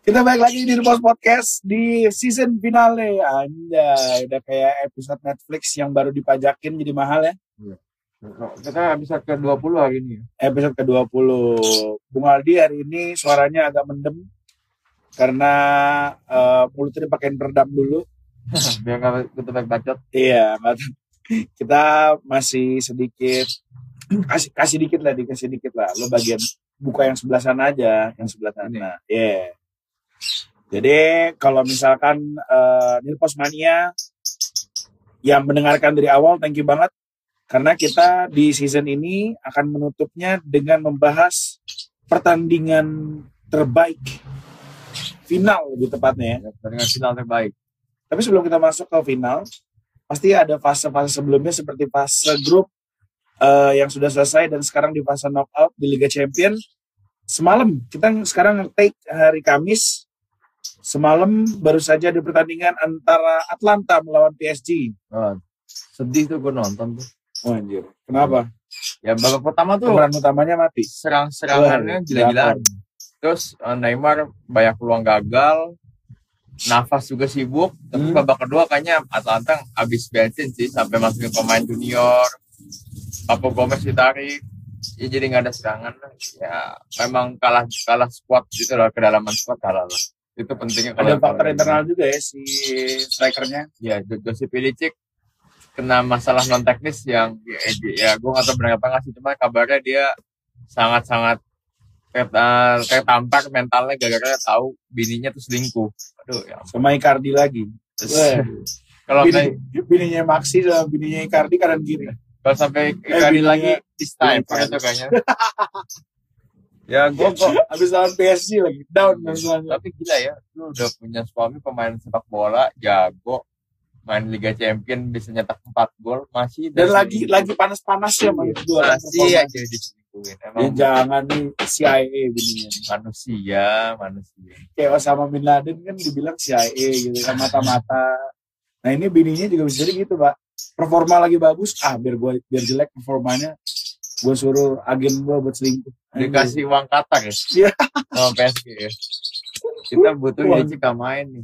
Kita balik lagi di Pos Podcast di season finale. Anjay, udah kayak episode Netflix yang baru dipajakin jadi mahal ya. Iya. Kita episode ke-20 hari ini. Episode ke-20. Bung Aldi hari ini suaranya agak mendem karena mulutnya dipakein peredam dulu. Biar gak ketebak bacot. Iya, kita masih sedikit kasih dikit lah. Lo bagian buka yang sebelah sana aja, yang sebelah sana. Yeah. Jadi kalau misalkan Nilpos Mania yang mendengarkan dari awal, thank you banget. Karena kita di season ini akan menutupnya dengan membahas pertandingan terbaik. Final lebih tepatnya ya. Pertandingan final terbaik. Tapi sebelum kita masuk ke final, pasti ada fase-fase sebelumnya seperti fase grup yang sudah selesai dan sekarang di fase knockout di Liga Champions. Semalam, kita sekarang nge-take hari Kamis. Semalam baru saja di pertandingan antara Atlanta melawan PSG. Sedih tuh gue nonton tuh. Oh anjir, kenapa? Ya babak pertama tuh pemeran utamanya mati. Serang-serangannya gila-gilaan. Terus Neymar banyak peluang gagal. Nafas juga sibuk. Tapi babak kedua kayaknya Atlanta habis bensin sih sampai masukin pemain junior. Papu Gomez ditarik. Ya jadi nggak ada serangan. Ya memang kalah squad gitu loh, kedalaman squad kalah lah. Itu pentingnya kalau ada faktor internal juga ya si strikernya. Ya, Josip Ilicic kena masalah non teknis yang ya gue nggak tahu benar apa nggak sih, cuma kabarnya dia sangat kayak tampar mentalnya gara-gara tahu bininya tuh selingkuh. Aduh ya. Sama Icardi lagi. Kalau bininya Maxi sama bininya Icardi kanan kiri. Kalau sampai Icardi lagi this time itu kayaknya. Ya gue kok habis lawan PSG lagi down tapi gila ya, lu udah punya suami pemain sepak bola jago, main Liga Champions bisa nyetak 4 gol masih dan lagi panas-panasnya main dua masih aja diselingkuhin. Emang ya, jangan nih CIA bininya manusia kayak Osama bin Laden kan dibilang CIA gitu kan, mata-mata. Nah ini bininya juga bisa jadi gitu pak, performa lagi bagus biar jelek performanya gue suruh agen gue buat selingkuh. Dikasih uang katak ya sama PSG ya. Kita butuh Ilicic main nih.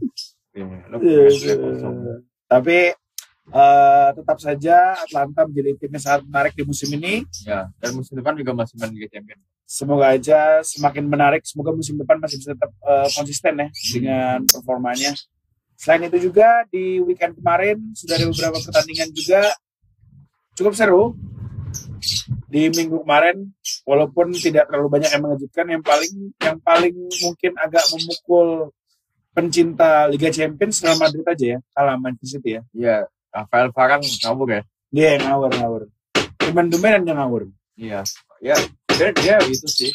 Tapi tetap saja Atlanta menjadi tim yang sangat menarik di musim ini ya, dan musim depan juga masih main Liga Champions. Semoga aja semakin menarik, semoga musim depan masih bisa tetap konsisten ya dengan performanya. Selain itu juga di weekend kemarin sudah ada beberapa pertandingan juga cukup seru. Di minggu kemarin walaupun tidak terlalu banyak yang mengejutkan, yang paling mungkin agak memukul pencinta Liga Champions Real Madrid aja ya, kalah Manchester City ya. Iya, Rafael Varane ngawur ya. Dia ngawur. Demen-demenan yang ngawur. Iya. Ya, dia itu sih.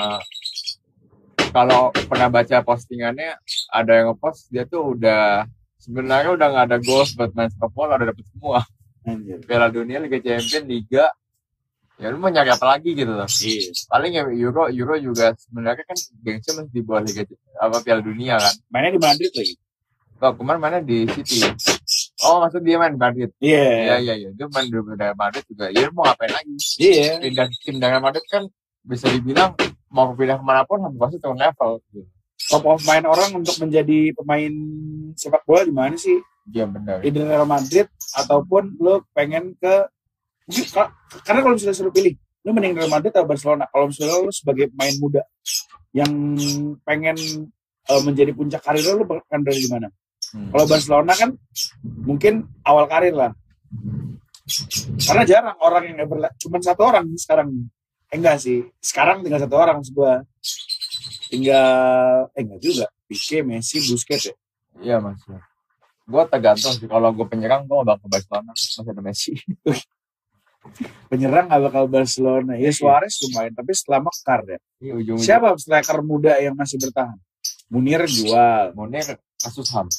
Kalau pernah baca postingannya, ada yang ngepost dia tuh sebenarnya udah nggak ada goals buat main sepak bola, udah dapet semua. Piala Dunia, Liga Champions, Liga. Ya lu mau nyari apa lagi gitu loh. Paling ya Euro juga sebenarnya kan gengsi masih di bawah Liga Piala Dunia kan. Mainnya di Madrid lagi. Kemarin mainnya di City. Oh maksud dia main di Madrid. Iya. Dia main di Madrid juga. Ya mau ngapain lagi? Iya. Pindah tim dengan Madrid kan bisa dibilang mau pindah kemanapun hampir pasti turun level. Top of mind orang untuk menjadi pemain sepak bola di mana sih? Iya benar. Di Real Madrid ataupun lo pengen ke karena kalau misalnya suruh pilih, lu mending Real Madrid atau Barcelona? Kalau misalnya lu sebagai pemain muda yang pengen menjadi puncak karir lu akan dari mana? Kalau Barcelona kan mungkin awal karir lah. Karena jarang orang yang cuma satu orang sekarang. Enggak sih. Sekarang tinggal satu orang maksud gua. Enggak juga. Pique, Messi, Busquets ya. Iya Mas. Gua tergantung sih, kalau gua penyerang gua bakal ke Barcelona, masih ada Messi. Penyerang gak bakal Barcelona. Ya Suarez lumayan, tapi setelah Mekar ya. Iya, siapa striker muda yang masih bertahan? Munir jual. Munir kasus ham.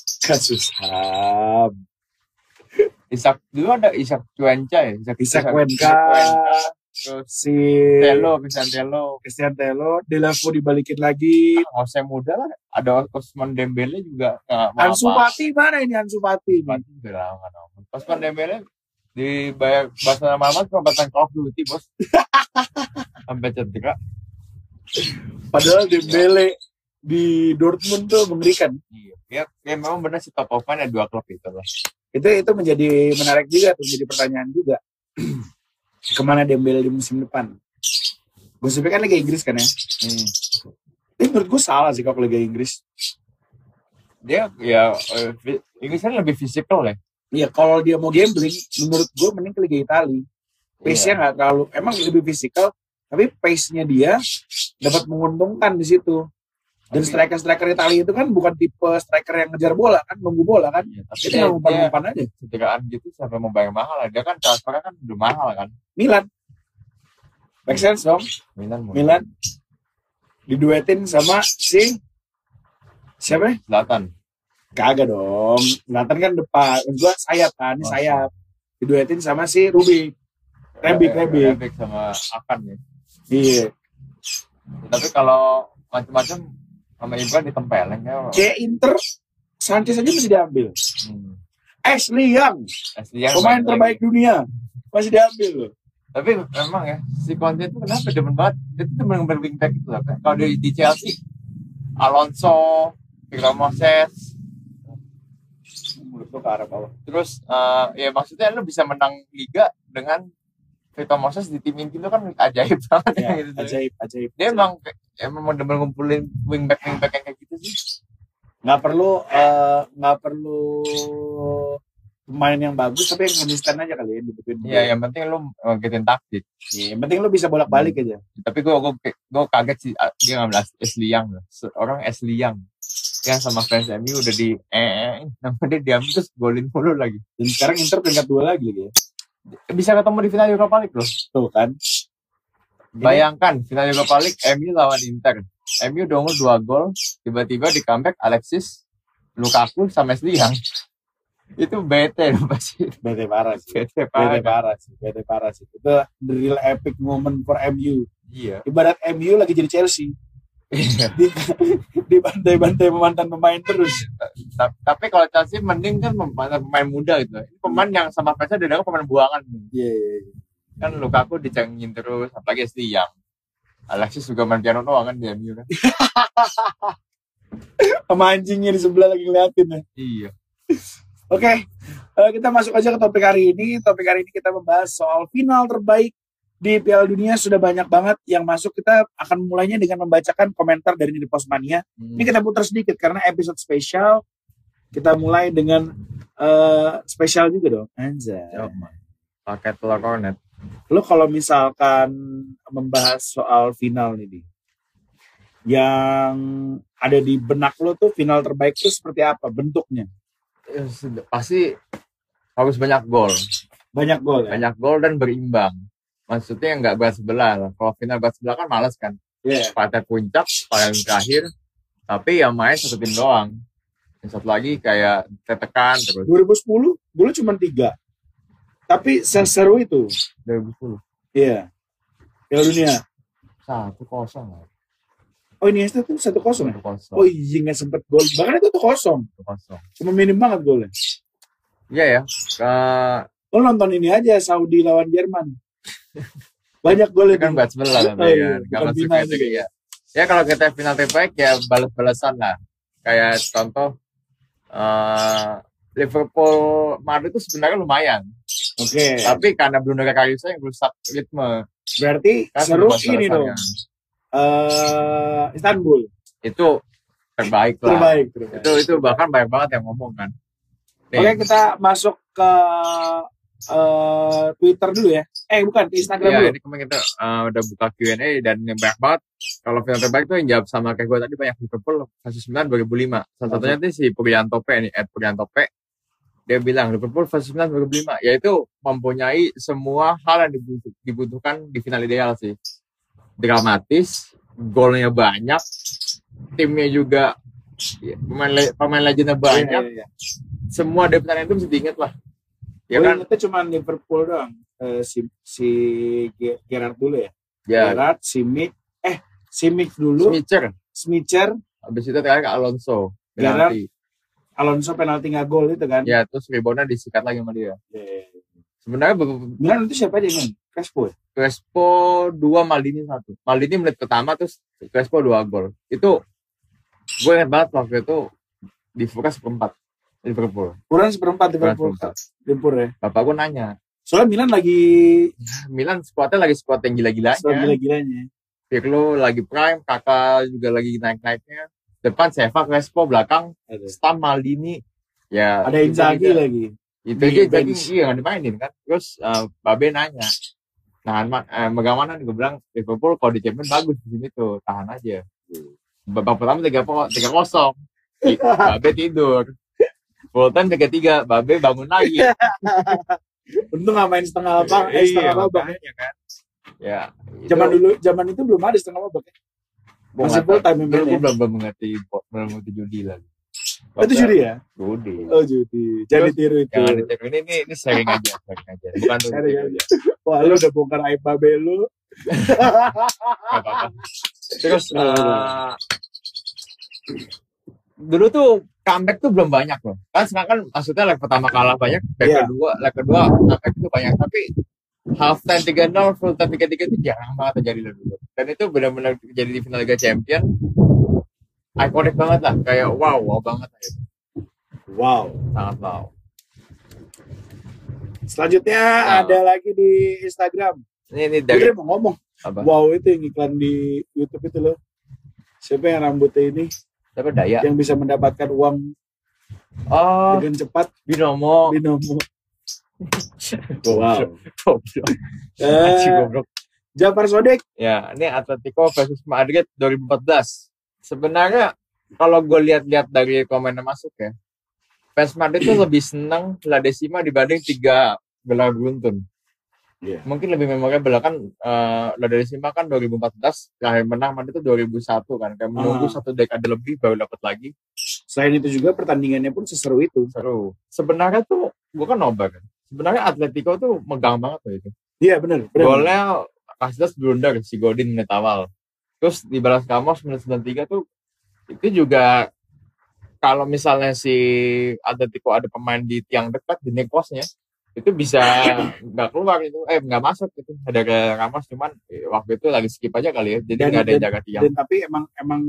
Isak dulu ada Isak Cuenca ya. Isak Cuenca. Terus si Christian Tello, Delanfo dibalikin lagi. Jose muda lah. Ada Ousmane Dembele juga. Ansu Fati mana ini Ansu Fati? Ousmane Dembele dibayar bahasa lama-lama perobatan Call of Duty bos. Sampai cedera. Padahal Dembele di Dortmund tuh mengerikan. Iya, ya memang benar sih top of mind ya 2 klub itu lah. Itu menjadi menarik juga tuh, menjadi pertanyaan juga. Kemana Dembele di musim depan? Gosipnya kan Liga Inggris kan ya. Menurut gue salah sih kalau Liga Inggris. Dia ya Inggris kan lebih fisikal ya. Iya, kalau dia mau gambling, menurut gue mending ke Liga Italia. Pace-nya nggak terlalu, emang lebih fisikal, tapi pace-nya dia dapat menguntungkan di situ. Dan striker Italia itu kan bukan tipe striker yang ngejar bola kan, nunggu bola kan. Iya, tapi dia umpan-umpan aja. Ketika gitu sampai mau bayar mahal lah. Dia kan transfernya kan udah mahal kan. Milan. Make sense dong? Milan. Diduetin sama si siapa ya? Zlatan. Kagak dong. Zlatan kan depan. Gua sayap kan, ini sayap. Diduetin sama si Rubik. Rebik sama Akan ya. Iya. Tapi kalau macam-macam sama Ibra ditempelin ya. Kayak Inter, Sanchez aja masih diambil. Ashley Young, pemain terbaik dunia, masih diambil loh. Tapi memang ya, si Conte itu kenapa demen banget? Dia tuh demen wingback itu lah. Kalau di Chelsea, Alonso, Victor Moses, menurut ke arah bawah. Terus ya maksudnya lu bisa menang liga dengan Victor Moses di tim inti itu kan ajaib banget ya, gitu. Ajaib. Dia emang demen ngumpulin wingback yang kayak gitu sih. Nggak perlu pemain yang bagus, tapi yang konsisten aja kali ya dibutuhin. Iya, yang penting lu ngikutin taktik. Iya, yang penting lu bisa bolak-balik aja. Tapi gue kaget sih dia ngambil Ashley Young. Orang Ashley Young yang sama fans MU udah di nama dia diambil terus golin mulu lagi. Dan sekarang Inter peringkat 2 lagi ya. Bisa ketemu di final Europa League loh. Tuh kan. Bayangkan final Europa League MU lawan Inter. MU udah unggul 2 gol, tiba-tiba di comeback Alexis, Lukaku sama Ashley Young. Itu bete pasti. Bete parah sih. Bete parah sih. Itu the real epic moment for MU. Iya. Ibarat MU lagi jadi Chelsea. Iya. Dibantai mantan pemain terus. Tapi kalau Chelsea mending kan pemain muda gitu. Ini pemain yang sama fansnya dia pemain buangan. Iya. Kan Lukaku dicengin terus, apalagi Ashley Young. Alexis juga main piano doang kan di MU kan. Sama anjingnya di sebelah lagi ngeliatin ya. Iya. Oke, kita masuk aja ke topik hari ini. Topik hari ini kita membahas soal final terbaik di Piala Dunia. Sudah banyak banget yang masuk. Kita akan mulainya dengan membacakan komentar dari Nidi Postmania. Ini kita putar sedikit karena episode spesial. Kita mulai dengan spesial juga dong. Anjay. Pakai telur kornet. Lo kalau misalkan membahas soal final nih, yang ada di benak lo tuh final terbaik tuh seperti apa bentuknya? Pasti harus banyak gol. Banyak gol ya? Banyak gol dan berimbang. Maksudnya nggak berat sebelah. Kalau final berat sebelah kan males kan. Partai puncak, paling terakhir. Tapi yang main satu tim doang. Yang satu lagi kayak tetekan terus. 2010 dulu cuma 3. Tapi seseru itu. 2010. Iya. Piala Dunia. 1-0. Oh ini tuh 1-0 ya? 1-0. Oh iya nggak sempet gol. Bahkan itu 1-0. Cuma minim banget golnya. Iya ya. Lo nonton ini aja Saudi lawan Jerman. Banyak gol kan buat sebelah kan. Gak masuk kayak ya kalau kita final terbaik ya balas-balasan lah. Kayak contoh Liverpool Madrid itu sebenarnya lumayan. Oke. Tapi karena Bruno Karius yang rusak ritme. Berarti kan seru ini dong. Istanbul itu terbaik lah. Terbaik. Itu bahkan banyak banget yang ngomong kan. Oke, kita masuk ke Twitter dulu ya. Bukan ke Instagram dulu. Ini kemarin kita udah buka Q&A dan banyak banget. Kalau film terbaik tuh yang jawab sama kayak gue tadi banyak Liverpool versus Milan 2005. Salah satunya itu si Purianto P nih, Purianto P. Dia bilang Liverpool versus Milan 2005 yaitu mempunyai semua hal yang dibutuhkan di final ideal sih. Dramatis, golnya banyak, timnya juga pemain legendnya banyak. Iya. Semua dari pertandingan itu mesti diingat lah. Ya kan? Itu cuma Liverpool doang. Si Gerrard dulu ya. Gerrard, Simic dulu. Smicer. Habis itu terakhir Alonso. Gerrard, Alonso penalti nggak gol itu kan? Ya, terus reboundnya disikat lagi sama dia. Yeah. Sebenarnya Milan itu siapa aja kan? Crespo 2, Maldini 1. Maldini menit pertama terus Crespo 2 gol. Itu Gue ingat banget waktu itu di Fuka seperempat Liverpool. Kurang seperempat Liverpool ya. Bapak gue nanya. Soalnya Milan skuadnya lagi skuad yang gila-gilanya. Skuad gila-gilanya. Pirlo lagi prime, Kakak juga lagi naik-naiknya. Depan Seva, Crespo, belakang Stam, Maldini. Ya, ada Inzaghi lagi. Itu aja Inzaghi nggak dimainin kan. Terus Babe nanya, megang mana nih? Gue bilang Liverpool kalau di Champions bagus di sini tuh, tahan aja. Babak pertama 3-0. Babe tidur. Full time 3-3, Babe bangun lagi. Untung nggak main setengah babak ya kan. Ya. Zaman itu belum ada setengah babak. Masih full time ya. Gue belum mengerti judi lagi. Itu judi ya? Judi. Oh judi. Jangan ditiru itu. Jangan ditiru. Ini sharing aja. Bukan sharing aja. Wah lu udah bongkar aib Babe lu. Gak apa-apa. Terus dulu tuh comeback tuh belum banyak loh. Kan sekarang kan maksudnya leg pertama kalah banyak, leg kedua comeback itu banyak, tapi half time 3-0, full time 3-3 itu jarang banget terjadi dulu. Dan itu benar-benar terjadi di final Liga Champions. Ikonik banget lah, kayak wow banget lah itu. Wow, sangat wow. Selanjutnya ada lagi di Instagram. Ini dari mau ngomong. Apa? Wow, itu yang iklan di YouTube itu loh. Siapa yang rambutnya ini? Siapa Daya? Yang bisa mendapatkan uang dengan cepat. Binomo. Wow. Goblok. Jafar Sodek. Ya, ini Atletico versus Madrid 2014. Sebenarnya kalau gue lihat-lihat dari komen yang masuk ya, fans Madrid tuh lebih senang La Decima dibanding 3 gelar beruntun. Yeah. Mungkin lebih memorable kan La Decima kan 2014 terakhir menang Madrid itu 2001 kan, kayak menunggu 1 dekade lebih baru dapat lagi. Selain itu juga pertandingannya pun seseru itu. Seru. Sebenarnya tuh gue kan nobar kan. Sebenarnya Atletico tuh megang banget tuh itu. Iya benar. Golnya Casillas blunder si Godin menit awal. Terus dibalas Ramos menit 93 tuh itu juga kalau misalnya si Atletico ada pemain di tiang dekat di nekosnya itu bisa nggak keluar itu, nggak masuk gitu. Ada kayak Ramos cuman waktu itu lagi skip aja kali ya, jadi nggak ada jaga tiang. Dan tapi emang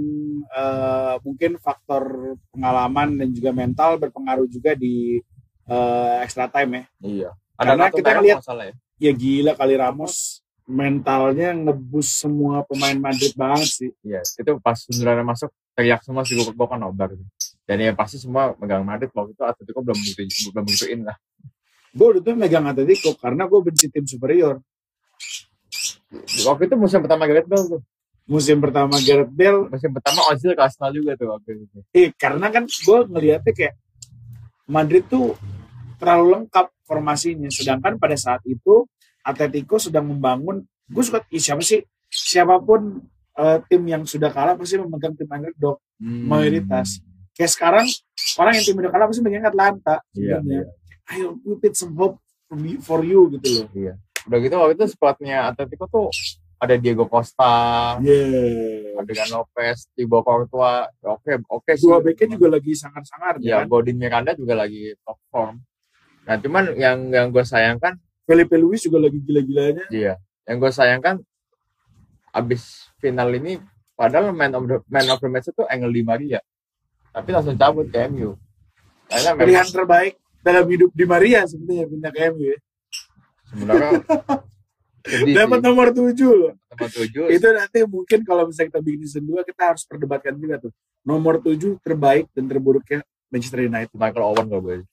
mungkin faktor pengalaman dan juga mental berpengaruh juga di extra time ya. Iya. Karena kita lihat ya gila kali Ramos mentalnya ngebus semua pemain Madrid banget sih. Iya, itu pas sundulannya masuk teriak semua sih gue kan nobar. Dan ya pasti semua megang Madrid waktu itu Atletico belum begituin lah. Gue udah tuh megang Atletico karena gue benci tim superior. Waktu itu musim pertama Gareth Bale tuh. Musim pertama Ozil ke Arsenal juga tuh waktu itu. Karena kan gue ngeliatnya kayak Madrid tuh terlalu lengkap formasinya. Sedangkan pada saat itu Atletico sedang membangun. Gue suka siapapun tim yang sudah kalah pasti memegang tim underdog mayoritas. Kayak sekarang orang yang tim udah kalah pasti megang Atlanta. Iya. Ayo we put some hope for you gitu loh. Iya. Udah gitu waktu itu squadnya Atletico tuh ada Diego Costa, Adrian Lopez, Thibaut Courtois, oke sih. Dua backnya juga lagi sangar-sangar. Iya, kan? Godin Miranda juga lagi top form. Nah cuman yang gue sayangkan Felipe Luis juga lagi gila-gilanya. Iya, yang gue sayangkan abis final ini padahal man of the match itu Angel Di Maria, tapi langsung cabut ke MU. Pilihan terbaik dalam hidup Di Maria sebenarnya pindah ke MU ya. Sebenarnya dapat nomor 7 loh. Nomor 7. Itu nanti mungkin kalau misalnya kita bikin season 2 kita harus perdebatkan juga tuh. Nomor 7 terbaik dan terburuknya Manchester United. Michael Owen kalau gue.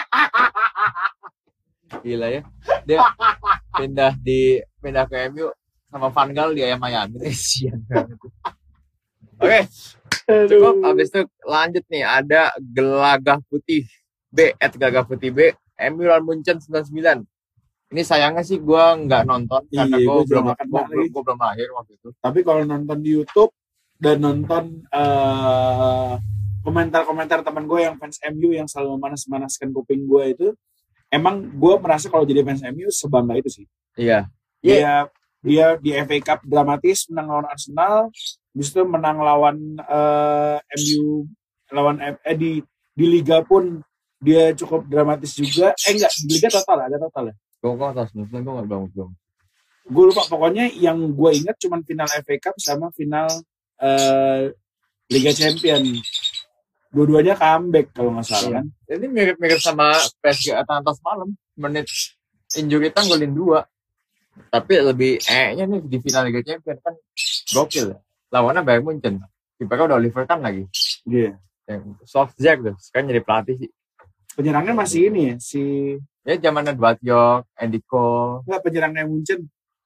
Gila ya. Dia pindah ke MU sama Van Gaal di Miami. Sian banget. Oke. Cukup habis itu lanjut nih ada Gelagah Putih B @Gelagah Putih B MU lawan Munchen 99. Ini sayangnya sih gue nggak nonton karena gue belum lahir waktu itu. Tapi kalau nonton di YouTube dan nonton komentar-komentar teman gue yang fans MU yang selalu memanas-manaskan kuping gue itu, emang gue merasa kalau jadi fans MU sebangga itu sih. Iya. Dia di FA Cup dramatis menang lawan Arsenal, habis itu menang lawan MU di Liga pun dia cukup dramatis juga. Enggak, di Liga total ya. Gue nggak belum. Gue lupa, pokoknya yang gue ingat cuma final FA Cup sama final Liga Champion. Dua-duanya comeback kalau nggak salah kan. Jadi mirip-mirip sama PSG Atalanta semalam. Menit injury time golin 2. Tapi lebih nya nih di final Liga Champion kan gokil. Lawannya Bayern Munchen. Kipernya udah Oliver Kahn lagi. Iya. Solskjaer tuh. Sekarang jadi pelatih sih. Penyerangnya masih ini ya si. Ya zamannya Dvatjok, Andy Cole. Enggak, penyerangnya Munchen.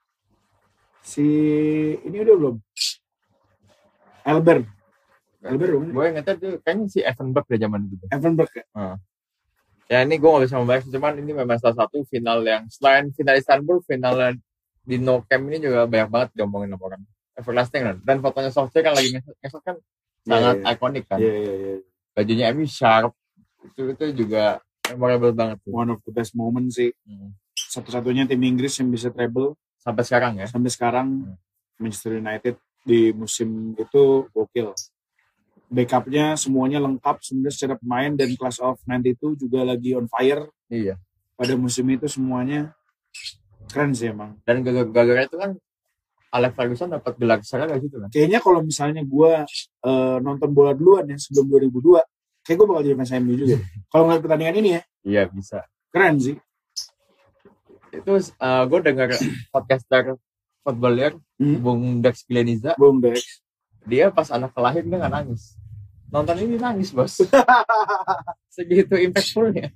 Si ini udah belum? Elber belum? Gue ingetnya tuh kayaknya si Evenberg dari zaman itu. Evenberg ya? Ya ini gue gak bisa membahas, cuman ini memang salah satu final yang selain final Istanbul, final di No Camp ini juga banyak banget diomongin sama orang. Everlasting kan. Dan fotonya Solskjaer kan lagi ngesot kan sangat ikonik kan. Iya. Bajunya MU sharp. Itu juga memorable banget sih. One of the best moment sih. Satu-satunya tim Inggris yang bisa treble sampai sekarang ya. Sampai sekarang Manchester United di musim itu gokil. Backupnya semuanya lengkap sebenarnya secara pemain, dan Class of 92 juga lagi on fire. Iya. Pada musim itu semuanya keren sih emang. Dan gara-gara itu kan Alex Ferguson dapat gelar besar dari situ kan. Kayaknya kalau misalnya gue nonton bola duluan ya sebelum 2002, kayak gue bakal jadi fans MU juga. Kalau ngeliat pertandingan ini ya. Iya bisa. Keren sih. Itu gue dengar podcaster footballer Bung Dex Gleniza. Bung Dex. Dia pas anak kelahir dia nggak nangis. Nonton ini nangis bos. Segitu impactfulnya.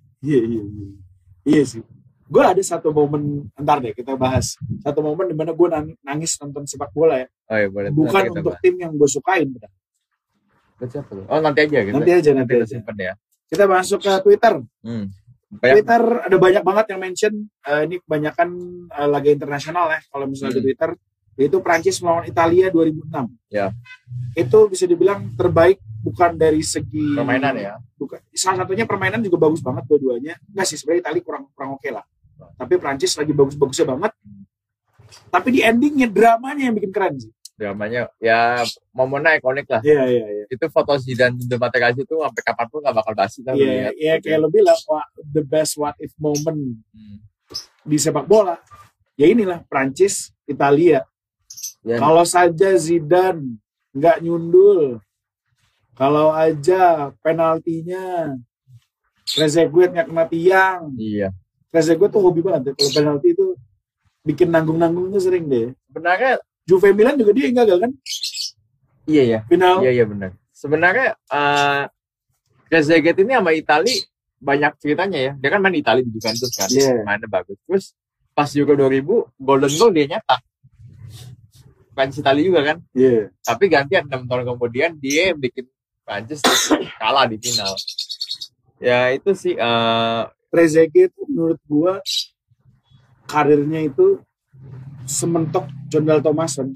Iya sih. Gue ada satu momen, ntar deh kita bahas. Satu momen dimana gue nangis nonton sepak bola ya. Oh iya boleh. Bukan untuk tim yang gue sukain. Siapa tuh? Oh nanti aja gitu. Nanti aja. Simpen ya. Kita masuk ke Twitter. Twitter ada banyak banget yang mention. Ini kebanyakan laga internasional ya. Kalau misalnya di Twitter. Itu Prancis melawan Italia 2006. Ya. Itu bisa dibilang terbaik, bukan dari segi permainan ya. Bukan. Salah satunya permainan juga bagus banget dua-duanya. Enggak sih, sebenarnya Italia kurang oke lah. Tapi Prancis lagi bagus-bagusnya banget. Tapi di endingnya dramanya yang bikin keren sih. Dramanya ya momennya ikonik lah. Iya. Itu foto Zidane di Materazzi itu sampai kapanpun nggak bakal basi. Iya, kayak lo bilang the best what if moment di sepak bola. Ya inilah Prancis, Italia. Ya, kalau saja Zidane nggak nyundul, kalau aja penaltinya Trezeguet nggak kena tiang. Iya. Trezeguet tuh hobi banget. Kalau penalti itu bikin nanggung-nanggung tuh sering deh. Sebenarnya Juve Milan juga dia yang gagal kan? Iya ya. Final. Iya benar. Sebenarnya Trezeguet ini sama Itali banyak ceritanya ya. Dia kan main di Itali di Juventus kan. Mainnya bagus. Terus pas Euro 2000 Golden Goal dia nyetak. Prancis Italia juga kan. Tapi gantian 6 tahun kemudian dia bikin Prancis kalah di final. Ya itu sih Trezeguet menurut gua karirnya itu sementok Jondal Thomason.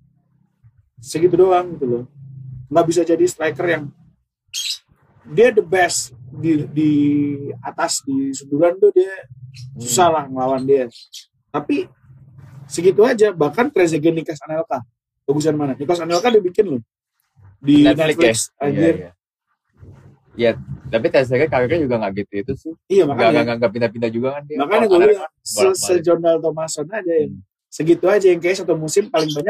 Segitu doang gitu loh. Nggak bisa jadi striker yang dia the best di atas, di sundulan tuh dia susah lah ngelawan dia. Tapi segitu aja. Bahkan Trezeguet Nicolas Anelka bagusan mana? Nicolas Anelka dia bikin loh di Netflix anjir. Iya, tapi Trezeguet karirnya juga nggak gitu itu sih. Iya, makanya nggak pindah-pindah juga kan dia. Makanya gue bilang se-Jondal Thomason aja yang segitu aja, yang kayak satu musim paling banyak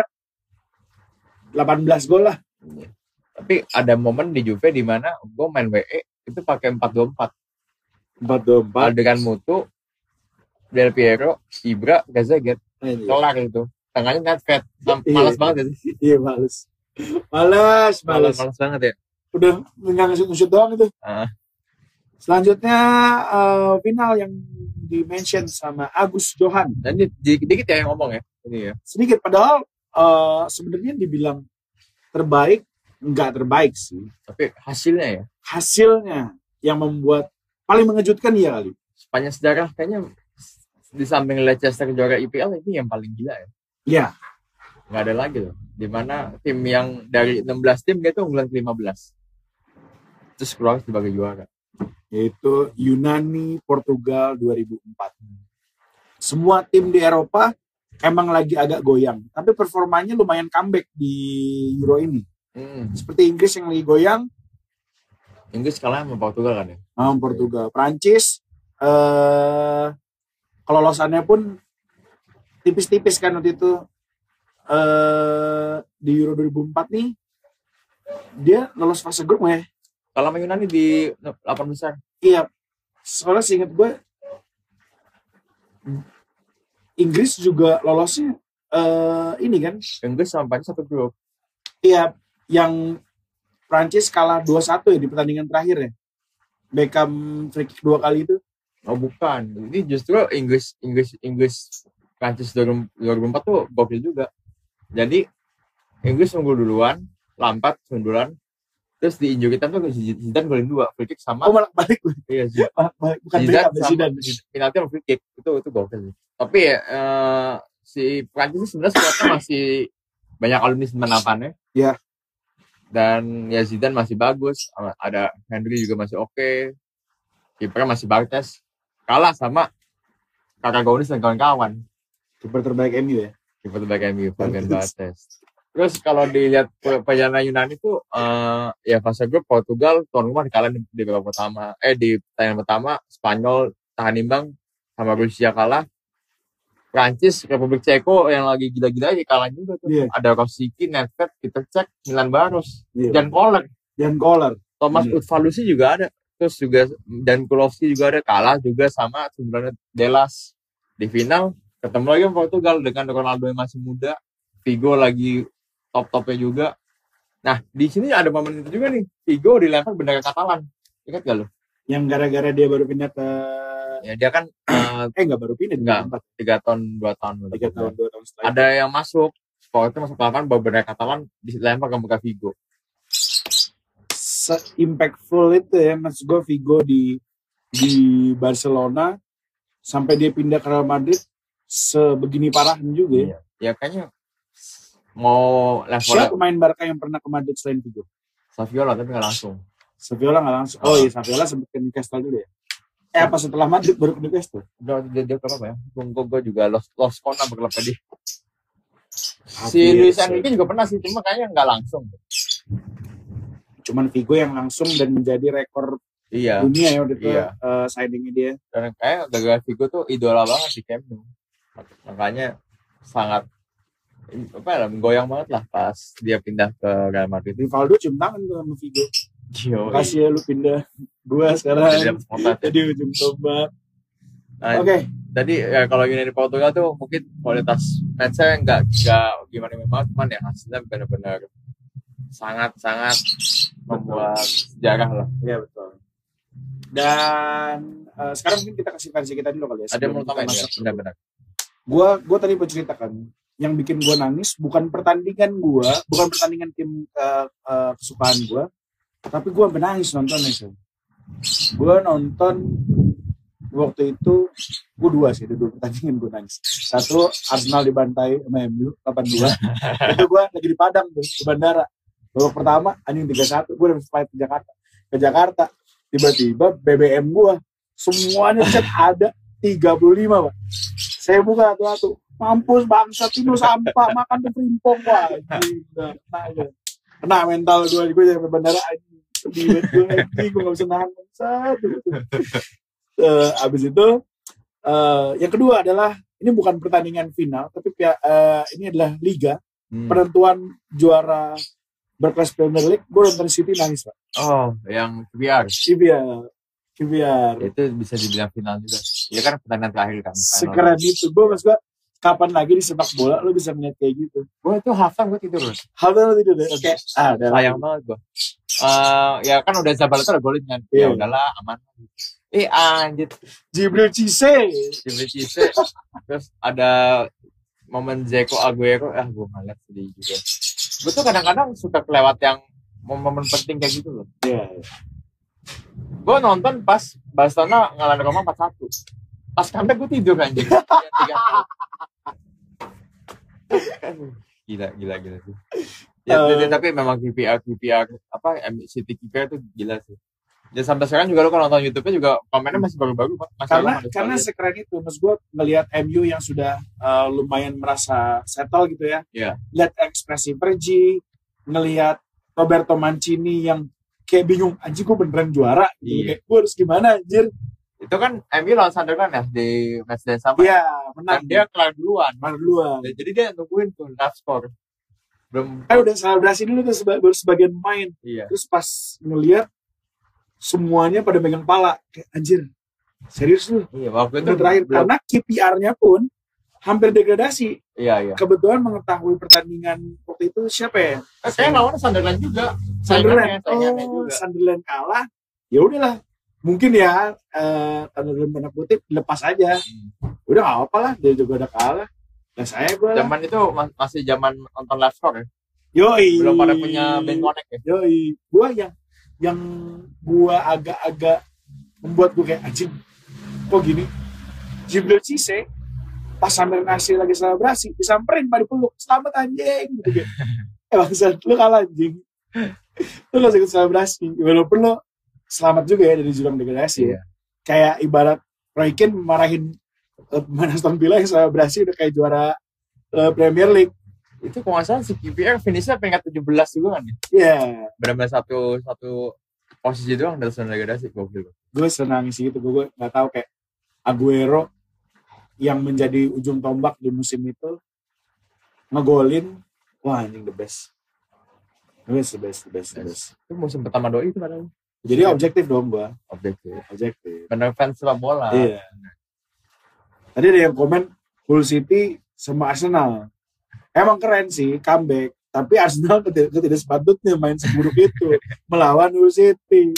18 gol lah. Tapi ada momen di Juve di mana gue main WE itu pakai 4-2-4. 4-2-4. Dengan Mutu, Del Piero, Ibra, Trezeguet. Kelar itu. Tengahnya Nedved. Malas banget sih. Iya, malas banget ya. Udah nggak nge-shoot doang itu. Selanjutnya final yang di-mention sama Agus Johan. Dan dikit ya yang ngomong ya. Ini ya. Sedikit, padahal sebenarnya dibilang terbaik, nggak terbaik sih. Tapi hasilnya ya. Hasilnya yang membuat paling mengejutkan ya kali. Sepanjang sejarah kayaknya di samping Leicester juara IPL ini yang paling gila ya. Iya. Nggak ada lagi loh. Dimana tim yang dari 16 tim dia tuh unggulan ke-15. Terus keluar sebagai juara. Yaitu Yunani Portugal 2004. Semua tim di Eropa emang lagi agak goyang, tapi performanya lumayan comeback di Euro ini. Seperti Inggris yang lagi goyang. Inggris kalah sama Portugal kan ya? Portugal. Prancis kelolosannya pun tipis-tipis kan waktu itu. Di Euro 2004 nih Dia lolos fase grup nggak ya? Kalau sama Yunani di 8 besar. Iya. Soalnya seingat gue Inggris juga lolosnya ini kan? Inggris sama Prancis satu grup. Iya, yang Prancis kalah 2-1 ya di pertandingan terakhir ya. Beckham free kick 2 kali itu. Oh bukan, ini justru Inggris Prancis 2004 tuh gokil juga. Jadi Inggris unggul duluan, Lampard sundulan, terus di injury time tuh Zidane golin 2 free kick sama. Oh malah balik. Iya bukan Zidane. Penalti sama free kick itu gokil. Tapi ya si Prancis sebenarnya squadnya masih banyak alumni 98 ya. Iya. Dan ya Zidane masih bagus, ada Henry juga masih oke. Kipernya masih Bartes. Kalah sama kakak Gaunis dan kawan-kawan. Kiper terbaik MU ya. Kiper terbaik MU, Fabian Bartes. Terus kalau dilihat perjalanan Yunani itu ya fase grup Portugal tuan rumah dikalahin di babak pertama. Di pertandingan pertama Spanyol tahan imbang sama Rusia kalah. Prancis, Republik Ceko yang lagi gila-gila aja kalah juga tuh. Yeah. Ada Rosicky, Nedved, Peter Cech, Milan Baros, Jan Koller. Thomas Utvalusi juga ada. Terus juga Dan Kulowski juga ada, kalah juga sama sebenarnya Delas. Di final ketemu lagi sama Portugal dengan Ronaldo yang masih muda, Figo lagi top-topnya juga. Nah di sini ada momen itu juga nih, Figo dilempar bendera Katalan, ingat gak lo? Yang gara-gara dia baru pindah ke ya dia kan nggak baru pindah, enggak 3 tahun 2 tahun setelah ada itu. Yang masuk sportnya masuk lapangan bawa bendera Katalan dilempar ke muka Figo. Se-impactful itu ya mas gue Figo di Barcelona sampai dia pindah ke Real Madrid sebegini parahnya juga ya. Ya kayaknya mau level. Siapa pemain Barca yang pernah ke Madrid selain Figo? Saviola tapi nggak langsung. Oh iya, Saviola sempat ke Newcastle dulu ya. Apa setelah Madrid baru ke Newcastle? Dia berapa ya? Gue juga lost corner berkelap tadi. Si Luis Enrique juga pernah sih, cuma kayaknya nggak langsung. Cuman Figo yang langsung dan menjadi rekor dunia ya waktu itu signingnya dia. Dan kayak gara-gara Figo tuh idola banget di Camp Nou. Makanya sangat goyang banget lah pas dia pindah ke Real Madrid. Rivaldo cium tangan tuh sama Figo. Makasih ya lu pindah. Gua sekarang jadi ujung tombak. Nah, Oke. Tadi ya, kalau Yunani Portugal tuh mungkin kualitas match-nya nggak gimana cuman ya hasilnya benar-benar sangat membuat sejarah lah. Iya betul. Dan sekarang mungkin kita kasih versi kita dulu kali ya. Ada yang mau tambahin ya? Benar-benar. Gua tadi menceritakan yang bikin gue nangis bukan pertandingan tim kesukaan gue, tapi gue menangis nontonnya sih. Gue nonton waktu itu gue dua pertandingan gue nangis. Satu Arsenal dibantai sama MU 8-2. Itu gue lagi di Padang tuh di bandara. Babak pertama anjing 3-1 gue udah flight ke Jakarta. Tiba-tiba BBM gue semuanya chat ada 35 Pak. Saya buka satu-satu. Mampus bangsat itu sampah makan tuh primpong kena mental gue sampai bandara anjing sedih banget gue nggak bisa nahan bangsat. Abis itu yang kedua adalah ini bukan pertandingan final tapi ini adalah liga penentuan juara berkelas Premier League. Gue nonton City nangis Pak. Oh yang QPR itu bisa dibilang final juga ya kan pertandingan terakhir kan sekeren itu. Gue mas gue kapan lagi di sepak bola lo bisa melihat kayak gitu. Gue tuh halftime gue tidur deh. Oke. Sayang banget gue. Ya kan udah Zabaleta udah golin kan. Ya udahlah aman. Anjir. Jibril Cisse. Terus ada momen Zeko Aguero. Gue ngeliat sedih juga. Gue tuh kadang-kadang suka kelewat yang momen penting kayak gitu loh. Iya. Gue nonton pas Barcelona ngalahin Roma 4-1. Pas comeback gue tidur anjir. Gila sih. Ya, tapi memang QPR City QPR tuh gila sih. Dan sampai sekarang juga lo kan nonton YouTube-nya juga komennya masih baru-baru karena sekeren itu. Mas gue ngelihat MU yang sudah lumayan merasa settle gitu ya. Lihat ekspresi Pergi, ngelihat Roberto Mancini yang kayak bingung anjir gue beneran juara gitu. Kayak gue harus gimana anjir. Itu kan MU lawan Sunderland ya di match yang sama. Iya, menang. Dan dia kelar duluan. Jadi dia nungguin tuh draft score. belum. Udah selebrasi dulu tuh baru sebagian main. Iya. Terus pas ngelihat semuanya pada megang pala, kayak anjir, serius lu? Iya, waktu itu terakhir karena KPR-nya pun hampir degradasi. Iya. Kebetulan mengetahui pertandingan waktu itu siapa ya? Saya lawan Sunderland juga. Sunderland. Juga. Sunderland kalah. Ya udahlah. Mungkin ya dalam tanda kutip dilepas aja. Udah nggak apa-apa lah, dia juga udah kalah. Nah saya gue zaman itu masih zaman nonton live score ya. Yoi. Belum pada punya band connect ya. Yoi. Gue yang gue agak-agak membuat gue kayak anjing. Kok gini? Jibril Cisse pas sambil ngasih lagi selebrasi disamperin pada peluk, selamat anjing gitu kayak. Bangsat, lu kalah anjing. Lu gak usah ikut selebrasi. Walaupun lu selamat juga ya dari jurang degradasi. Iya. Kayak ibarat Roy Keane marahin pemain Aston Villa yang selebrasi udah kayak juara Premier League. Itu kalau nggak salah si KPR finishnya peringkat 17 juga kan ya? Iya. Benar-benar satu posisi doang dari zona degradasi gokil. Gue senang sih gitu, gue nggak tahu kayak Aguero yang menjadi ujung tombak di musim itu ngegolin, wah anjing the best. The best. Itu musim pertama doi itu padahal. Jadi objektif dong gue. Objektif. Bener fans sepak bola. Iya. Tadi ada yang komen Hull City sama Arsenal. Emang keren sih comeback, tapi Arsenal tidak sepatutnya main seburuk itu melawan Hull City.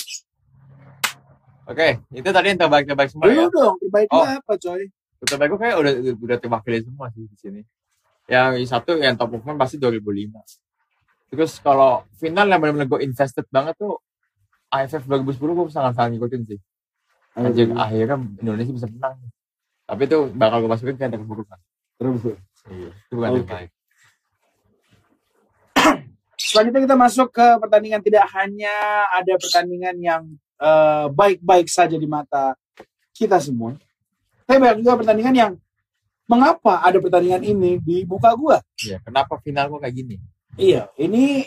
Oke, itu tadi yang terbaik semua ya. Lu dong, terbaiknya apa coy? Terbaik gue kayak udah terwakili semua sih di sini. Yang satu yang top movement pasti 2005. Terus kalau final yang benar-benar gue invested banget tuh AFF 2010 gue sangat ngikutin sih. Anjir, akhirnya Indonesia bisa menang. Tapi itu bakal gue masukin kayak keburukan. Terus. Iya, itu bukan terbaik. Selanjutnya kita masuk ke pertandingan. Tidak hanya ada pertandingan yang baik-baik saja di mata kita semua, tapi banyak juga pertandingan yang mengapa ada pertandingan ini di muka gua. Iya, kenapa final kok kayak gini? Iya, ini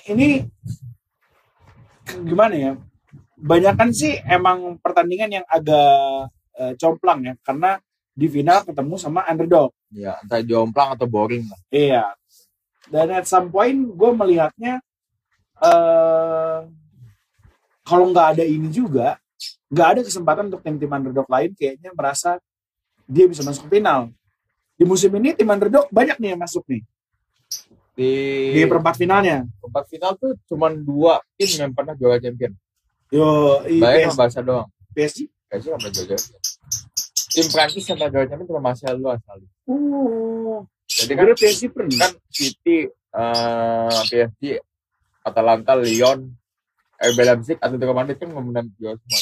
gimana ya? Banyakan sih emang pertandingan yang agak complang ya, karena di final ketemu sama underdog. Iya, entah jomplang atau boring lah. Iya. Dan at some point gue melihatnya kalau nggak ada ini juga, nggak ada kesempatan untuk tim-tim underdog lain kayaknya merasa dia bisa masuk final. Di musim ini tim underdog banyak nih yang masuk nih. Di perempat finalnya. Perempat final tuh cuma 2 tim yang pernah juara champion. Bayern sama Barca doang. PSG nggak pernah juara champion. Tim Prancis yang pernah juara champion cuma Marcelo sekali. Jadi kan PSG pernah kan City, PSG, Atalanta, Lyon, RB Leipzig, Atletico Madrid kan memenang juara semua.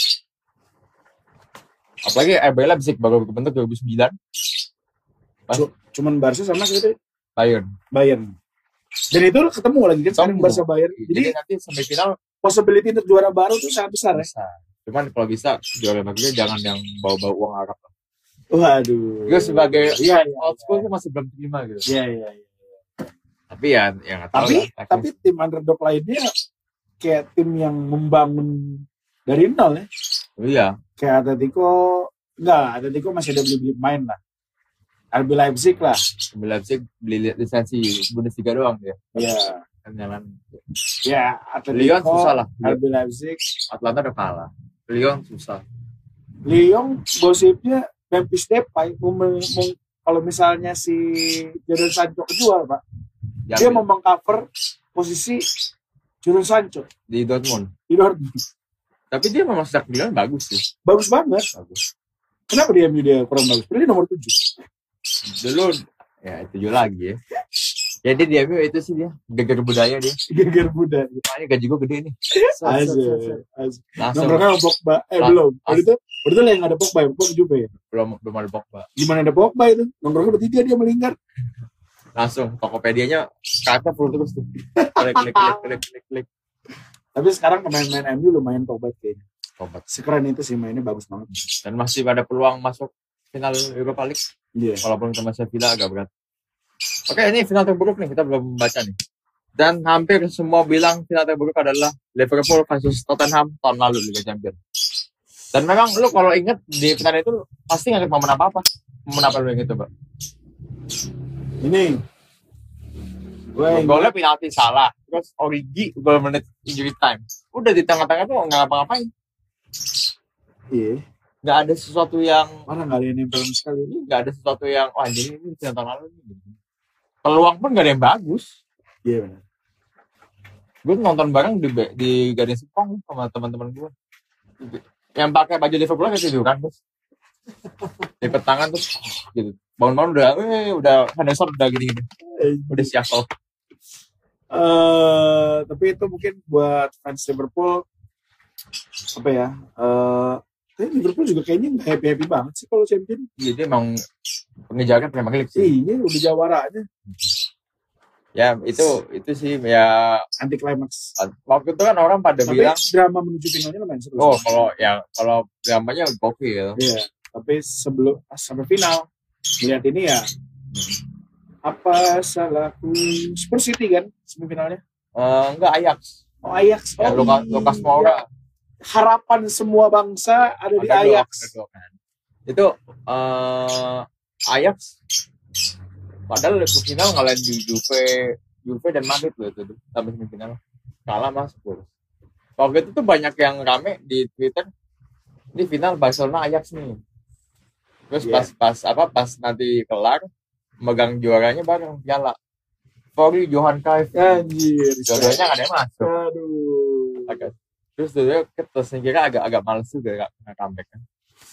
Apalagi RB Leipzig baru berbentuk 2009. Cuman Barca sama seperti Bayern. Dan itu ketemu lagi kan sekarang Barca Bayern. Jadi nanti semifinal possibility untuk juara baru tuh sangat besar ya. Cuman kalau bisa juara barunya jangan yang bawa-bawa uang Arab. Waduh. Gue sebagai old school masih belum terima gitu. Iya. Tapi ya nggak tahu. Tapi tim underdog lainnya kayak tim yang membangun dari nol ya. Iya. Kayak Atletico masih ada beli main lah. RB Leipzig lah. RB Leipzig beli lisensi Bundesliga doang dia. Iya. Kan jalan. Ya, Atletico. Lyon susah lah. RB Leipzig. Atlanta udah kalah. Lyon susah. Lyon gosipnya Memphis Depay kalau misalnya si Jadon Sancho kejual Pak, dia mau mengcover posisi Jadon Sancho di Dortmund. Tapi dia memang sejak Milan bagus sih. Bagus banget. Kenapa dia kurang bagus? Dia nomor 7. Dulu ya 7 lagi ya. Jadi dia itu sih dia geger budaya dia. Geger budaya. Makanya gaji gue gede nih. Asik. Nongkrongnya Pogba. Belum. Waktu itu yang ada Pogba juga ya? Belum ada Pogba. Gimana ada Pogba itu? Nongkrongnya bertiga dia melingkar. Langsung Tokopedia-nya kata full terus tuh. Klik. Tapi sekarang pemain-pemain MU lumayan tobat kayaknya. Tobat. Sekeren itu sih, mainnya bagus banget. Dan masih ada peluang masuk final Europa League. Iya. Walaupun sama Sevilla agak berat. Oke, ini final terburuk nih, kita belum membaca nih. Dan hampir semua bilang final terburuk adalah Liverpool versus Tottenham tahun lalu Liga Champions. Dan memang lu kalau inget di final itu pasti nggak momen apa-apa. Momen apa lu yang itu, Pak? Ini Golnya penalti salah, terus Origi gol menit injury time. Udah di tengah-tengah tuh nggak ngapa-ngapain. Iya. Nggak ada sesuatu yang mana nggak ada yang nempel sekali. Nggak ada sesuatu yang jadi ini tahun lalu nih. Peluang pun nggak ada yang bagus. Iya benar. Gue nonton bareng di Garden Sepang sama teman-teman gue. Yang pakai baju Liverpool kayak gitu kan, bos. Lipet tangan tuh gitu. Bangun-bangun udah Henderson udah gini-gini. Udah siasol. Tapi itu mungkin buat fans Liverpool apa ya? Liverpool juga kayaknya nggak happy banget sih kalau champion. Iya, dia emang pengejaran Premier League sih. Iya, udah jawaranya. Ya itu sih ya anti klimaks. Waktu itu kan orang pada bilang drama menuju finalnya lumayan seru. Oh, kalau dramanya gokil. Iya, tapi sebelum sampai final lihat ini ya apa salahku Spurs City kan semifinalnya? Enggak, Ajax. Oh, Ajax. Ya, Lucas Moura. Harapan semua bangsa ada di Ajax. Itu Ajax padahal ke final ngalahin Juve dan Madrid loh itu sampai semifinal. Kalah mas Spurs. Waktu itu tuh banyak yang rame di Twitter. Ini final Barcelona Ajax nih. Terus pas nanti kelar megang juaranya bareng piala. For Johan Cruyff. Anjir. Dua-duanya nggak ada yang masuk. Aduh. Terus saya kira agak males juga nggak comeback kan.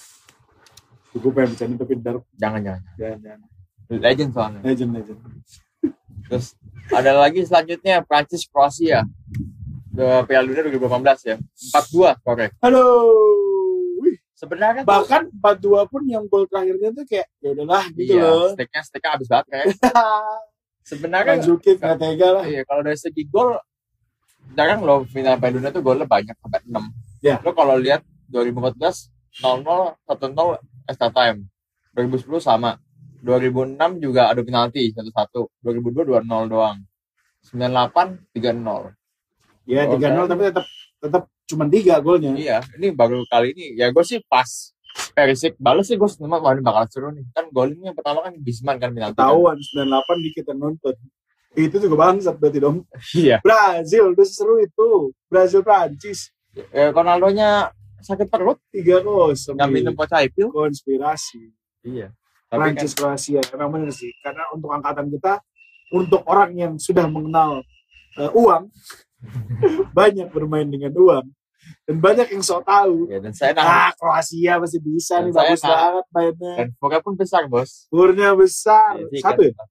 Gue pengen bercanda tapi ntar. Jangan. Legend soalnya. Legend. Terus ada lagi selanjutnya Prancis Kroasia. Piala Dunia 2018 ya. 4-2 korek. Aduh. Sebenarnya bahkan 4-2 pun yang gol terakhirnya tuh kayak ya udahlah gitu loh. Steknya habis banget kayak. Sebenarnya Manzukic nggak tega lah. Iya, kalau dari segi gol jarang loh final Piala Dunia tuh golnya banyak sampai 6. Ya. Lo kalau lihat 2014 0-0 1-0 extra time. 2010 sama. 2006 juga ada penalti 1-1. 2002 2-0 doang. 98 3-0. Ya 3-0 tapi tetap cuma 3 golnya. Iya, ini baru kali ini. Ya gue sih pas Perisic balas sih gue sempat bakal seru nih. Kan golnya pertama kan Griezmann kan penalti. Tahuan 98 dikit yang nonton. Itu juga bangsat berarti dong. Iya. Brazil udah seru itu. Brazil Prancis. Ronaldonya sakit perut 3-0. nggak minum Pocaipil. Konspirasi. Iya. Prancis kan, Kroasia emang benar sih. Karena untuk angkatan kita, untuk orang yang sudah mengenal uang, banyak bermain dengan uang. Dan banyak yang sok tahu. Ya, dan saya Kroasia masih bisa nih, bagus banget mainnya. Dan skornya pun besar, bos. Skornya besar. Ya,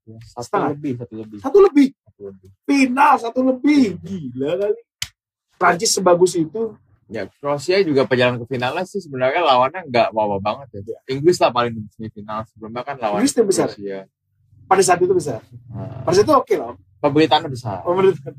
Satu lebih. Final 1 lebih. Gila kali. Prancis sebagus itu. Ya, Kroasia juga perjalanan ke finalnya sih sebenarnya lawannya nggak wow banget ya. Inggris lah paling di semifinal. Sebelumnya kan lawan Inggris itu besar. Kroasia. Pada saat itu besar. Pada saat itu oke loh. Pemberitaannya besar.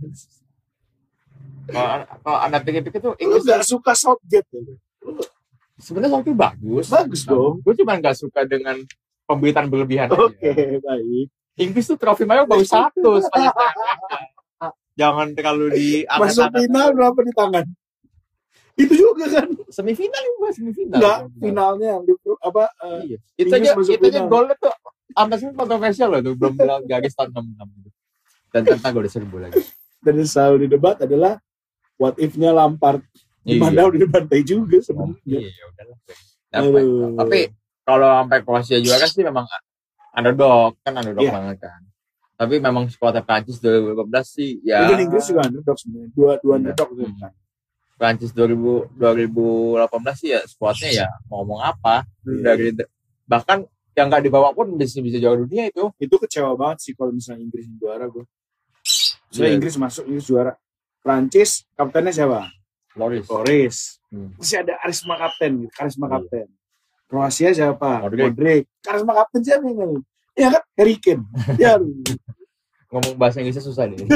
Kalau anda pikir-pikir tuh Inggris nggak suka Southgate ya? Sebenarnya Southgate bagus. Bagus dong. Gue cuma nggak suka dengan pemberitaan berlebihan. Oke, baik. Inggris tuh trofi mayo baru 1 sepanjang jangan terlalu di masuk final berapa di tangan? Itu juga kan semifinal. Enggak, finalnya di apa iya. Itu aja golnya tuh sampai kontroversial loh tuh, belum garis tahun 66 gitu. Dan tentang gol diserbu lagi. Dan selalu di debat adalah what if-nya Lampard. Gimana udah dibantai juga sebenarnya. Iya, udahlah. Tapi kalau sampai Kroasia juara sih memang underdog banget kan. Tapi memang skuadnya Prancis 2015 sih ya. Even Inggris juga underdog sebenarnya. Dua underdog tuh kan. Prancis 2018 sih ya skuadnya ya mau ngomong apa dari bahkan yang nggak dibawa pun bisa juara dunia itu. Itu kecewa banget sih kalau misalnya Inggris juara gue. Soalnya Inggris masuk, Inggris juara. Prancis kaptennya siapa? Loris. Masih ada karisma kapten gitu, kapten. Kroasia siapa? Modric. Karisma kapten siapa yang ya kan Harry Kane. Ya ngomong bahasa Inggrisnya susah deh.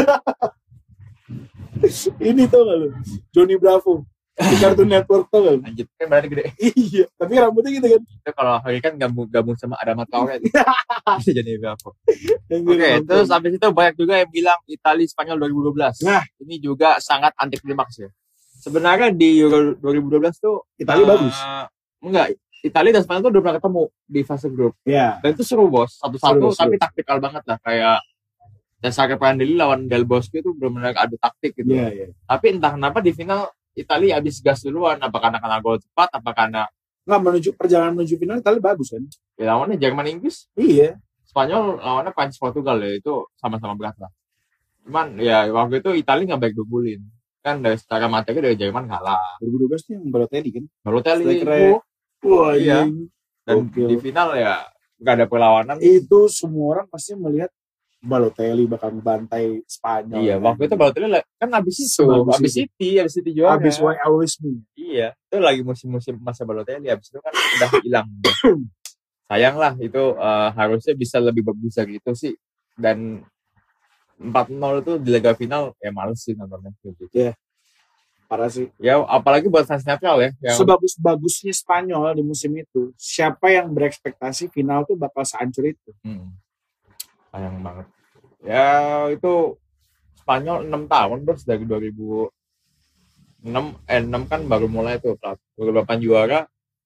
Ini tuh nggak lu? Johnny Bravo di Cartoon Network tuh nggak lu? Anjir, kan badannya gede. Iya, tapi rambutnya gitu kan. Itu kalau Harry Kane gabung sama Adama Traore bisa jadi Bravo. Oke, terus habis itu banyak juga yang bilang Italia Spanyol 2012. Nah, ini juga sangat anti klimaks ya. Sebenarnya di Euro 2012 tuh Italia bagus. Enggak, Italia dan Spanyol tuh udah pernah ketemu di fase grup. Iya. Dan itu seru, bos. 1-1 tapi taktikal banget lah, kayak Cesare Prandelli lawan Del Bosque itu benar-benar adu taktik gitu. Iya. Tapi entah kenapa di final Italia habis gas duluan, apa karena gol cepat, apa karena perjalanan menuju final Italia bagus kan? Ya, lawannya Jerman Inggris. Iya. Spanyol lawannya Prancis Portugal ya, itu sama-sama berat lah. Cuman ya waktu itu Italia nggak baik dubulin. Kan dari secara materi dari Jerman kalah. 2012 tuh yang Balotelli kan? Balotelli wah iya. Dan di final ya nggak ada perlawanan. Itu semua orang pasti melihat Balotelli bakal membantai Spanyol. Iya, waktu itu Balotelli kan habis City juara. Habis Why Always Me. Iya, itu lagi musim-musim masa Balotelli, habis itu kan udah hilang. Sayang lah itu, harusnya bisa lebih bagus dari itu sih. Dan 4-0 itu di laga final ya males sih nontonnya gitu. Iya. Parah sih. Ya apalagi buat fans netral ya. Yang... Sebagus-bagusnya Spanyol di musim itu, siapa yang berekspektasi final tuh bakal sehancur itu? Sayang banget. Ya itu Spanyol 6 tahun terus dari 2006 kan baru mulai tuh 2008 juara,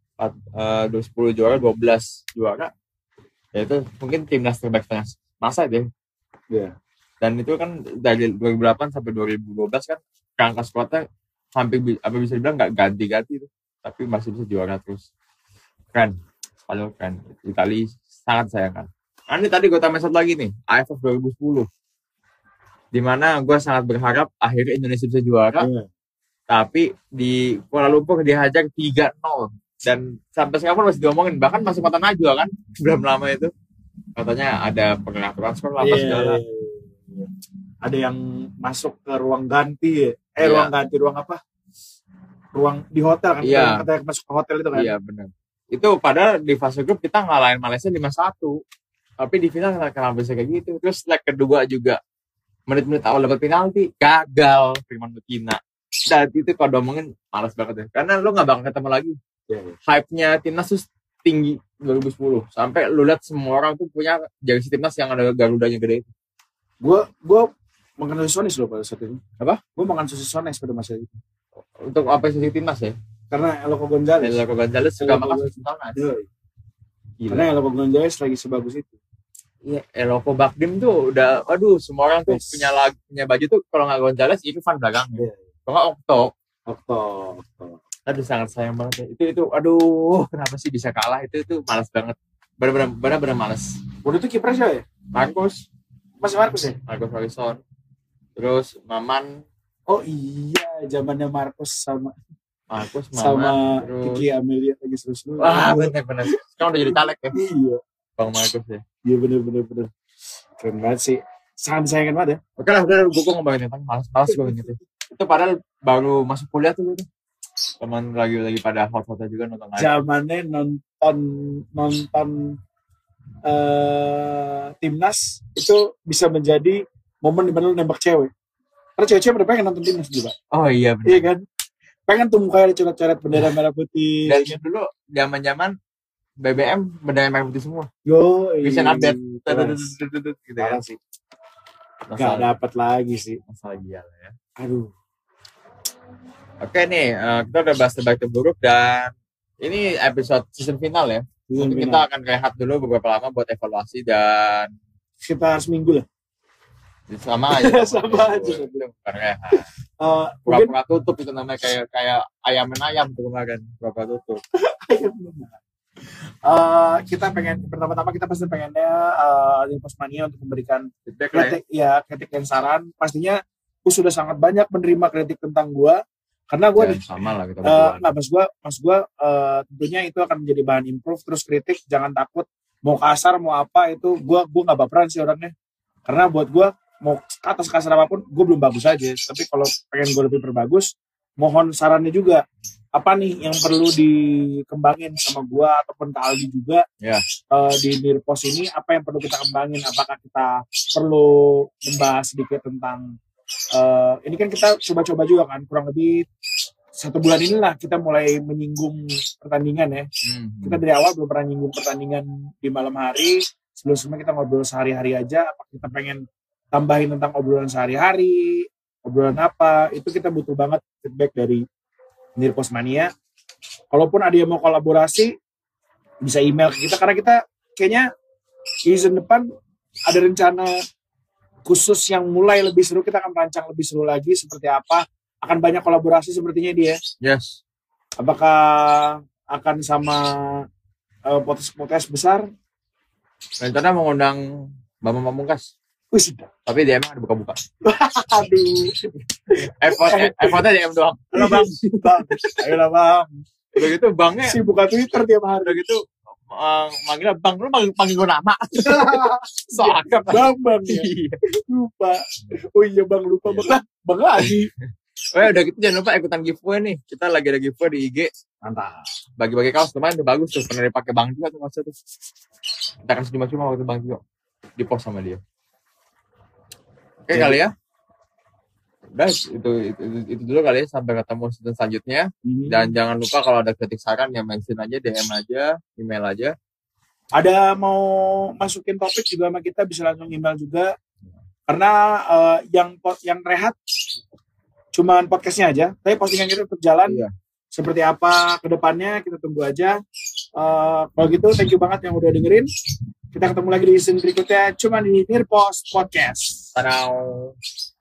2010 juara, 12 juara. Ya itu mungkin timnas terbaik masa deh. Iya. Dan itu kan dari 2008 sampai 2012 kan angka skuadnya hampir bisa dibilang nggak ganti-ganti tuh, tapi masih bisa juara terus. Keren, Spanyol keren. Italia sangat sayangkan. Nah, ini tadi gue tambah satu lagi nih, AFF 2010. Dimana gue sangat berharap akhirnya Indonesia bisa juara. Tapi di Kuala Lumpur dihajar 3-0. Dan sampai sekarang masih diomongin, bahkan masuk kota Najwa kan, belum lama itu. Katanya ada pengaturan skor apa segala. Ada yang masuk ke ruang ganti ya. Ruang ganti, ruang apa? Ruang di hotel kan, katanya masuk ke hotel itu kan. Iya, benar. Itu padahal di fase grup kita ngalahin Malaysia 5-1. Tapi di final kenapa bisa kayak gitu? Terus leg kedua juga menit-menit awal dapat penalti, gagal Firman Utina. Dan itu kalau ngomongin malas banget ya. Karena lu gak bakal ketemu lagi. Hype-nya timnas tuh tinggi 2010. Sampai lu lihat semua orang tuh punya jersey timnas yang ada garudanya gede itu. Gue makan sosis Sones loh pada saat itu. Apa? Gue makan sosis Sones pada masa itu. Untuk apresiasi timnas ya? Karena Eloko Gonzalez juga makan sosis Sones. Karena Eloko Gonzalez lagi sebagus itu. Iya, Eloko Bakdim tuh udah, aduh, semua orang tuh punya baju tuh kalau nggak Gonzalez itu Van belakang. Kalau nggak Okto. Aduh, sangat sayang banget ya. Itu, aduh, kenapa sih bisa kalah? Itu malas banget. Benar-benar malas. Udah tuh kiper siapa ya? Marcus. Masih Marcus ya? Marcus Horizon. Terus Maman. Oh iya, zamannya Marcus sama terus Kiki Amelia lagi seru-seru. Wah, benar. Sekarang udah jadi caleg ya? Iya. Bang Marcus ya? Iya, bener. Keren banget sih. Sangat disayangkan banget ya. Oke lah, udah gue ngomongin tentang malas gue gitu. Itu padahal baru masuk kuliah tuh gitu. Teman lagi pada hot-hotnya juga nonton live. Zamannya nonton timnas itu bisa menjadi momen dimana lu nembak cewek. Karena cewek-cewek pada pengen nonton timnas juga. Oh iya benar. Iya kan? Pengen tuh mukanya dicoret-coret bendera merah putih. Dan dulu zaman BBM bendera merah putih semua. Bisa update. Gitu kan sih. Gak dapat lagi sih. Nostalgia lah ya. Aduh. Oke nih, kita udah bahas terbaik terburuk dan ini episode season final ya. Mungkin kita akan rehat dulu beberapa lama buat evaluasi dan sekitar seminggu lah. Sama aja. Sama aja. Bukan rehat. Pura-pura tutup itu namanya kayak ayam tuh kemarin. Pura-pura tutup. Kita pengen pertama-tama kita pasti pengennya Limpos Mania untuk memberikan feedback kritik dan saran. Pastinya gue sudah sangat banyak menerima kritik tentang gue karena gue sama lah kita mas gue tentunya itu akan menjadi bahan improve. Terus kritik jangan takut, mau kasar mau apa itu gue nggak baperan sih orangnya, karena buat gue mau atas kasar apapun gue belum bagus aja. Tapi kalau pengen gue lebih berbagus, mohon sarannya juga. Apa nih yang perlu dikembangin sama gue ataupun Kak Aldi juga di Nirpos ini, apa yang perlu kita kembangin? Apakah kita perlu membahas sedikit tentang ini kan kita coba-coba juga kan, kurang lebih 1 bulan inilah kita mulai menyinggung pertandingan ya. Kita dari awal belum pernah nyinggung pertandingan di malam hari. Sebelumnya kita ngobrol sehari-hari aja. Apa kita pengen tambahin tentang obrolan sehari-hari, obrolan apa? Itu kita butuh banget feedback dari Nirpos Mania. Kalaupun ada yang mau kolaborasi, bisa email ke kita, karena kita kayaknya season depan ada rencana khusus yang mulai lebih seru, kita akan merancang lebih seru lagi seperti apa. Akan banyak kolaborasi sepertinya dia. Yes. Apakah akan sama podcast besar? Rencana mengundang Bambang Pamungkas. Sudah. Tapi dia emang ada buka-buka. Aduh. Effortnya DM doang. Halo bang. Ayolah bang. Udah gitu bangnya. Si buka Twitter tiap hari. Udah gitu manggilnya bang. Lu panggil gue nama. Soalnya bang ya. Lupa. Oh iya bang, lupa bang. Bang lagi. Udah gitu jangan lupa ikutan giveaway nih. Kita lagi ada giveaway di IG. Mantap. Bagi-bagi kaos lumayan udah bagus tuh. Pernah dipakai Bang juga tuh kaosnya tuh. Kita kasih cuma-cuma waktu Bang juga. Di post sama dia. Oke kali ya. Udah itu dulu kali ya. Sampai ketemu season selanjutnya. Dan jangan lupa kalau ada kritik saran ya mention aja, DM aja, email aja. Ada mau masukin topik juga sama kita bisa langsung email juga. Karena yang rehat cuman podcastnya aja. Tapi postingan kita tetap jalan. Iya. Seperti apa kedepannya kita tunggu aja. Kalau gitu thank you banget yang udah dengerin. Kita ketemu lagi di season berikutnya cuma di Nirpos Podcast. Tadau.